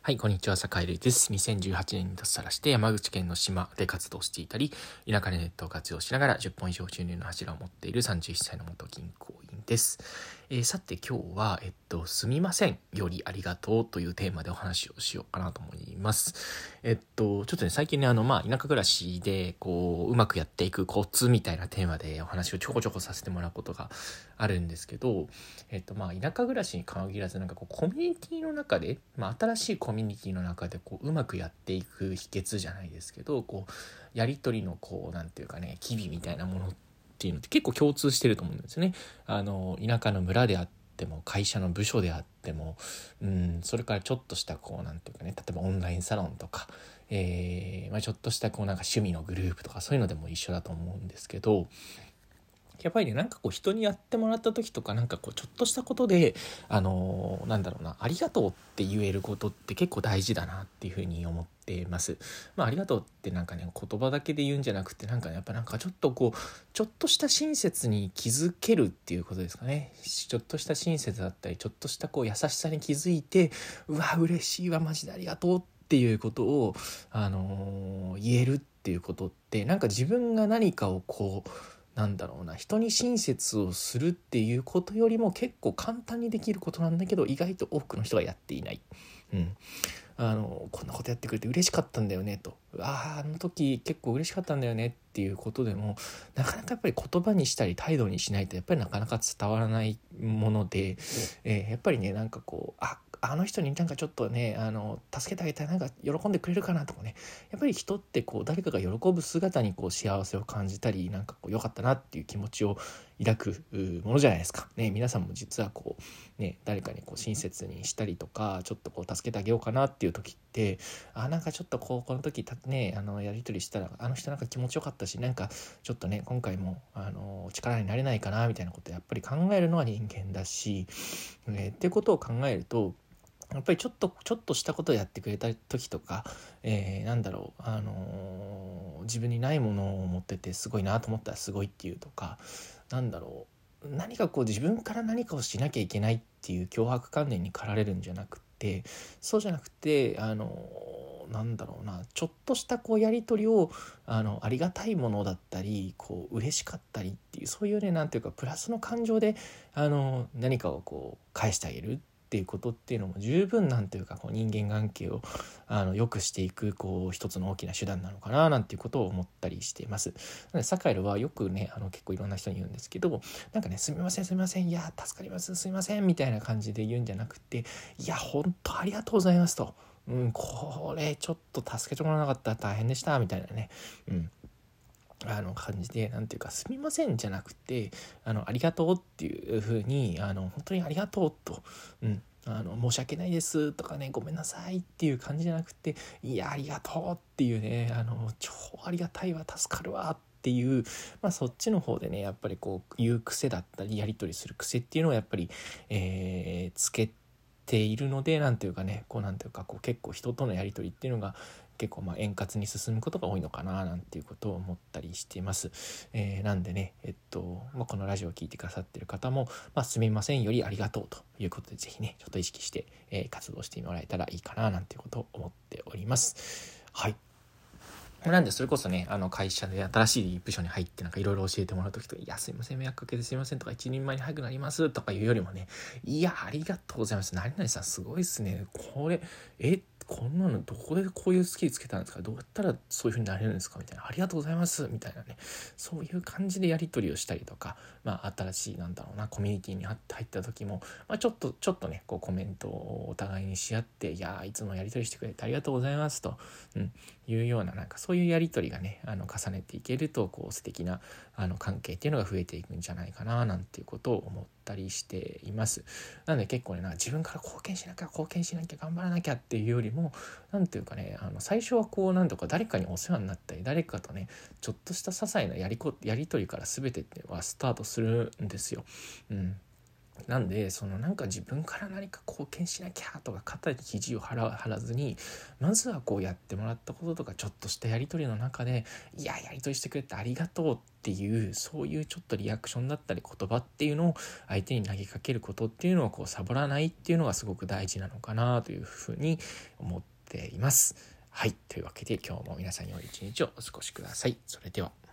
はい、こんにちは、坂井です。2018年に脱サラして山口県の島で活動していたり、田舎でネットを活用しながら10本以上収入の柱を持っている31歳の元銀行員です。さて今日は、すみませんよりありがとうというテーマでお話をしようかなと思います。ちょっとね、最近ね、田舎暮らしで、うまくやっていくコツみたいなテーマでお話をちょこちょこさせてもらうことがあるんですけど、田舎暮らしに限らず、コミュニティの中で、新しいコミュニティの中でうまくやっていく秘訣じゃないですけど、やり取りのなんていうかね、機微みたいなものっていうのって結構共通してると思うんですよね。田舎の村であっても会社の部署であっても、それからちょっとしたなんていうかね、例えばオンラインサロンとか、ちょっとした趣味のグループとかそういうのでも一緒だと思うんですけど、やっぱりね、人にやってもらった時とか、ちょっとしたことでありがとうって言えることって結構大事だなっていうふうに思ってます。ありがとうって言葉だけで言うんじゃなくて、やっぱちょっとした親切に気づけるっていうことですかね。ちょっとした親切だったり、ちょっとした優しさに気づいて、うわ嬉しいわマジでありがとうっていうことを言えるっていうことって、自分が何かを人に親切をするっていうことよりも結構簡単にできることなんだけど、意外と多くの人がやっていない。こんなことやってくれて嬉しかったんだよねと、あの時結構嬉しかったんだよねっていうことでも、なかなかやっぱり言葉にしたり態度にしないとやっぱりなかなか伝わらないもので、やっぱりね、あの人にちょっとね助けてあげたら喜んでくれるかなとかね、やっぱり人って誰かが喜ぶ姿に幸せを感じたり、良かったなっていう気持ちを抱くものじゃないですかね。皆さんも実は誰かに親切にしたりとか、ちょっと助けてあげようかなっていう時って、ちょっとこの時ねやり取りしたらあの人気持ちよかったし、ちょっとね今回も力になれないかなみたいなことやっぱり考えるのは人間だし、っていうことを考えると、やっぱりちょっとしたことをやってくれた時とか、自分にないものを持っててすごいなと思ったらすごいっていうとか、何か自分から何かをしなきゃいけないっていう強迫観念に駆られるんじゃなくて、そうじゃなくてちょっとしたやり取りをありがたいものだったり嬉しかったりっていう、そういうねプラスの感情で何かを返してあげるっていうことっていうのも十分人間関係を良くしていく一つの大きな手段なのかななんていうことを思ったりしています。なのでサカエルはよくね結構いろんな人に言うんですけど、すみませんすみません、いや助かりますすみませんみたいな感じで言うんじゃなくて、いや本当ありがとうございますと、これちょっと助けてもらわなかったら大変でしたみたいなね、感じで、すみませんじゃなくてありがとうっていう風に本当にありがとうと、申し訳ないですとかね、ごめんなさいっていう感じじゃなくて、いやありがとうっていうね、超ありがたいわ助かるわっていう、そっちの方でねやっぱり言う癖だったりやり取りする癖っていうのをやっぱり、つけているので、結構人とのやり取りっていうのが結構円滑に進むことが多いのかななんていうことを思ったりしています。なんでねこのラジオを聞いてくださっている方も、すみませんよりありがとうということで、ぜひねちょっと意識して、活動してもらえたらいいかななんていうことを思っております。はい。なんでそれこそね会社で新しい部署に入っていろいろ教えてもらう時とか、いやすいません迷惑かけてすいませんとか、一人前に早くなりますとかいうよりもね、いやありがとうございます、何々さんすごいっすね、これこんなのどこでこういうスキルつけたんですか、どうやったらそういう風になれるんですかみたいな、ありがとうございますみたいなね、そういう感じでやり取りをしたりとか、新しいコミュニティに入った時も、ちょっとねコメントをお互いにし合って、いやいつもやり取りしてくれてありがとうございますと、いうようなそういうやり取りがね重ねていけると素敵な関係っていうのが増えていくんじゃないかななんていうことを思ったりしています。なので結構ね自分から貢献しなきゃ頑張らなきゃっていうよりも、最初は誰かにお世話になったり、誰かとねちょっとした些細なやり取りから全てっていうのはスタートするんですよ。 なんでなんか自分から何か貢献しなきゃとか肩に肘を張らずに、まずはやってもらったこととかちょっとしたやり取りの中で、やり取りしてくれてありがとうっていう、そういうちょっとリアクションだったり言葉っていうのを相手に投げかけることっていうのをサボらないっていうのがすごく大事なのかなというふうに思っています。はい、というわけで今日も皆さん良い一日をお過ごしください。それでは。